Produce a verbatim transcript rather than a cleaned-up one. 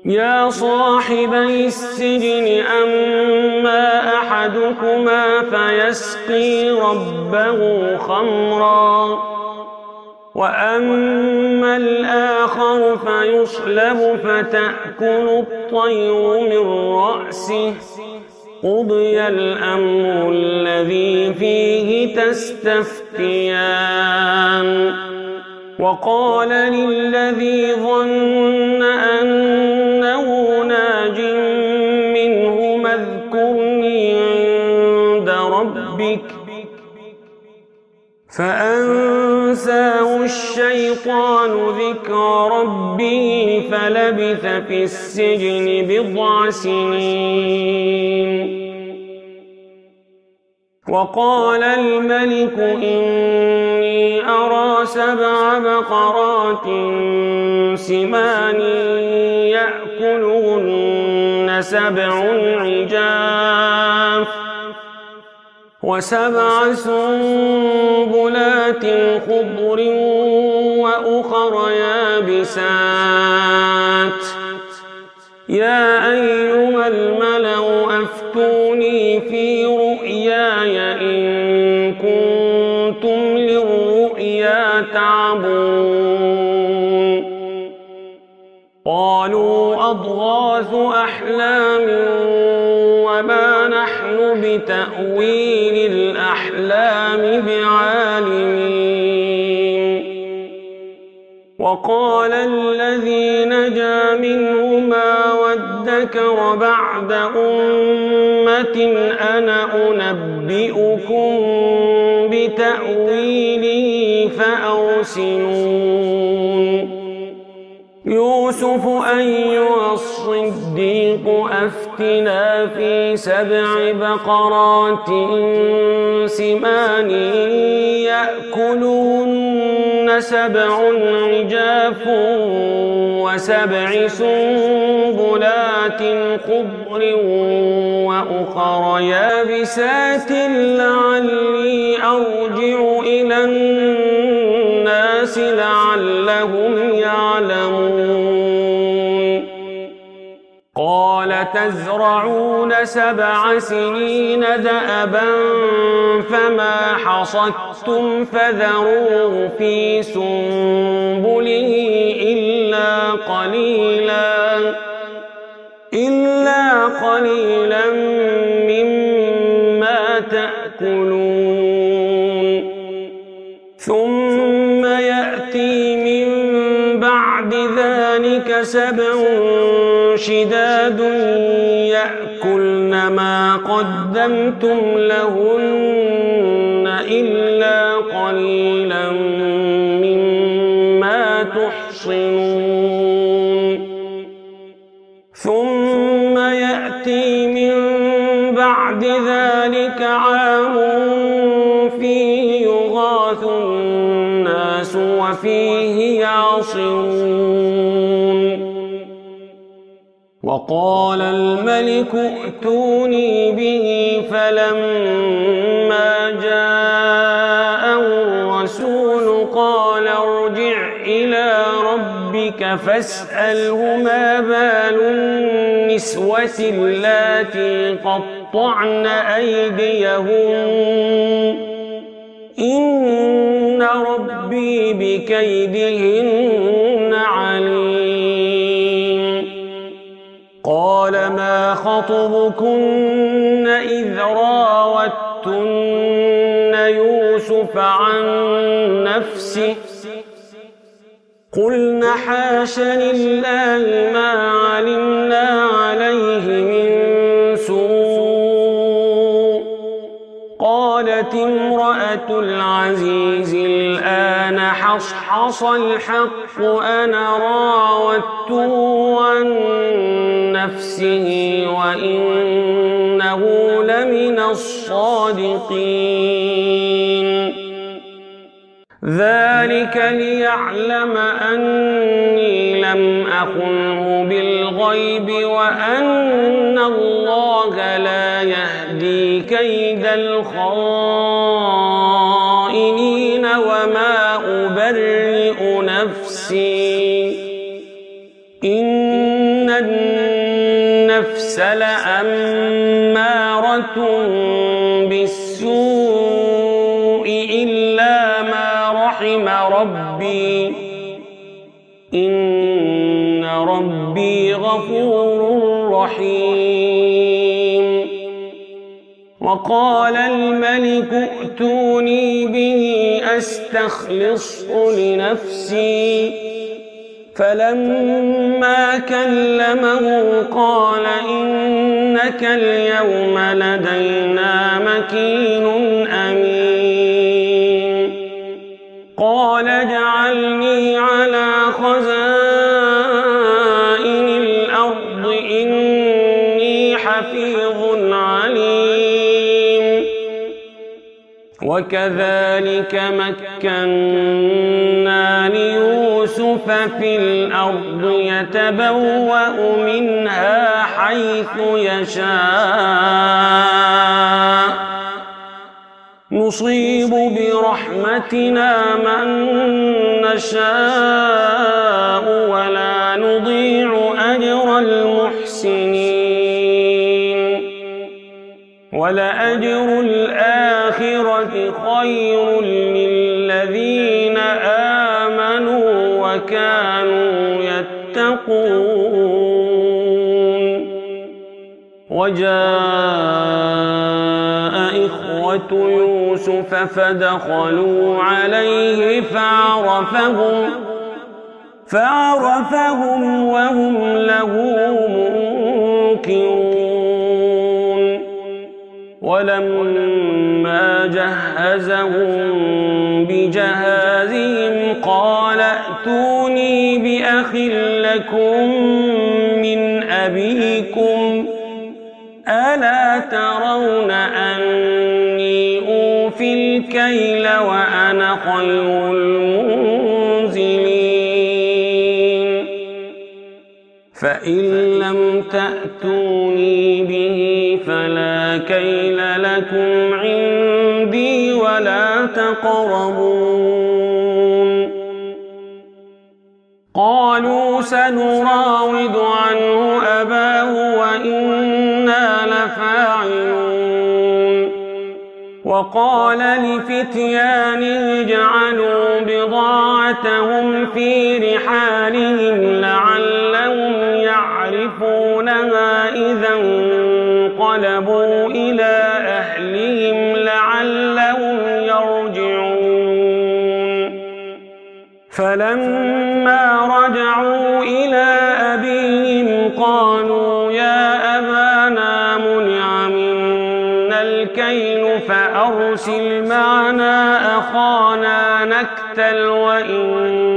يا صاحبي السجن أما أحدكما فيسقي ربه خمرا وأما الآخر فيصلب فتأكل الطير من رأسه قضي الأمر الذي فيه تستفتيان وقال للذي ظن أنه ناج منهما اذكرني عند ربك فأنساه الشيطان ذكر ربه فلبث في السجن بضع سنين وقال الملك إني أرى سبع بقرات سمان يأكلهن سبع عجاف وسبع سنبلات خضر وأخر يابسات يا أيها الملأ أفتوني في رؤياي إن كنتم للرؤيا تعبون قالوا أضغاث أحلام وما نحن بتأويل الأحلام بعالمين وقال الذي نجا منهما وادكر بعد أمة أنا أنبئكم بتأويله فأرسلون يوسف أيها الصديق أفتنا في سبع بقرات سمان يأكلهن سبع عجاف وسبع سنبلات خضر وأخر يابسات لعلي أرجع إلى الناس لعلهم يعلمون قال تزرعون سبع سنين دأبا فما حصدتم فذروه في سنبله إلا قليلا إلا قليلا مما تأكلون ثم يأتي من بعد ذلك سبع شداد يأكلن ما قدمتم لهن إلا قليلا مما تحصنون ثم يأتي من بعد ذلك عام فيه يغاث الناس وفيه يعصرون وقال الملك ائتوني به فلما جاءه الرسول قال ارجع إلى ربك فاسأله ما بال النسوة اللاتي قطعن أيديهن إن ربي بكيدهن عليم قال ما خطبكن إذ راوتن يوسف عن نفسه قلن حاش لله ما علمنا عليه من سوء قالت امرأة العزيز الآن حصحص الحق أنا راودته عن نفسه وإنه لمن الصادقين ذلك ليعلم أني لم أخنه بالغيب وأن الله لا يهدي كيد الخائنين وما أبرئ نفسي إن النفس لأمارة بالسوء إلا ما رحم ربي إن ربي غفور رحيم. وقال الملك ائتوني به أستخلصه لنفسي فلما كلمه قال إنك اليوم لدينا مكين أمين. قال اجعلني على خزائن الأرض إني حفيظ عليم. وكذلك مكنا ليوسف في الأرض يتبوأ منها حيث يشاء نصيب برحمتنا من نشاء ولا نضيع أجر المحسنين. ولأجر الآخرة خير للذين آمنوا وكانوا يتقون. وجاء إخوة يوسف فدخلوا عليه فعرفهم فعرفهم وهم له منكرون. ولما جهزهم بجهازهم قال ائتوني بأخ لكم من أبيكم ألا ترون أني أوفي الكيل وأنا خير المنزلين. فإن لم تأتوني به فلا كيل لكم عندي ولا تقربون. قالوا سنراود عنه أباه وإنا لفاعلون. وقال لفتيانه اجعلوا بضاعتهم في رحالهم لعلهم يعرفونها إذا انقلبوا إلى أهلهم لعلهم يرجعون. فلما رجعوا إلى أبيهم قالوا يا أبانا منع منا الكيل فأرسل معنا أخانا نكتل وإنا